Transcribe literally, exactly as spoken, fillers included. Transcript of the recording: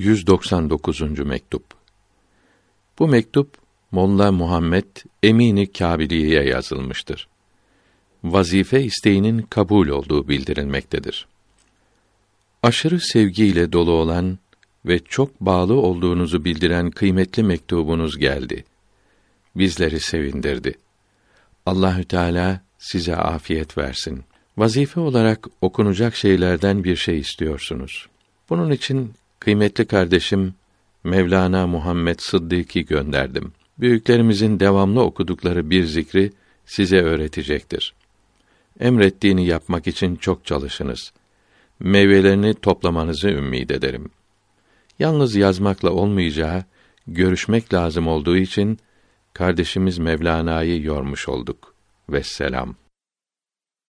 yüz doksan dokuzuncu mektup. Bu mektup Molla Muhammed Emin-i Kâbili'ye yazılmıştır. Vazife isteğinin kabul olduğu bildirilmektedir. Aşırı sevgiyle dolu olan ve çok bağlı olduğunuzu bildiren kıymetli mektubunuz geldi. Bizleri sevindirdi. Allahü Teala size afiyet versin. Vazife olarak okunacak şeylerden bir şey istiyorsunuz. Bunun için kıymetli kardeşim Mevlana Muhammed Sıddık'ı gönderdim. Büyüklerimizin devamlı okudukları bir zikri size öğretecektir. Emrettiğini yapmak için çok çalışınız. Meyvelerini toplamanızı ümmid ederim. Yalnız yazmakla olmayacağı, görüşmek lazım olduğu için kardeşimiz Mevlana'yı yormuş olduk. Vesselam.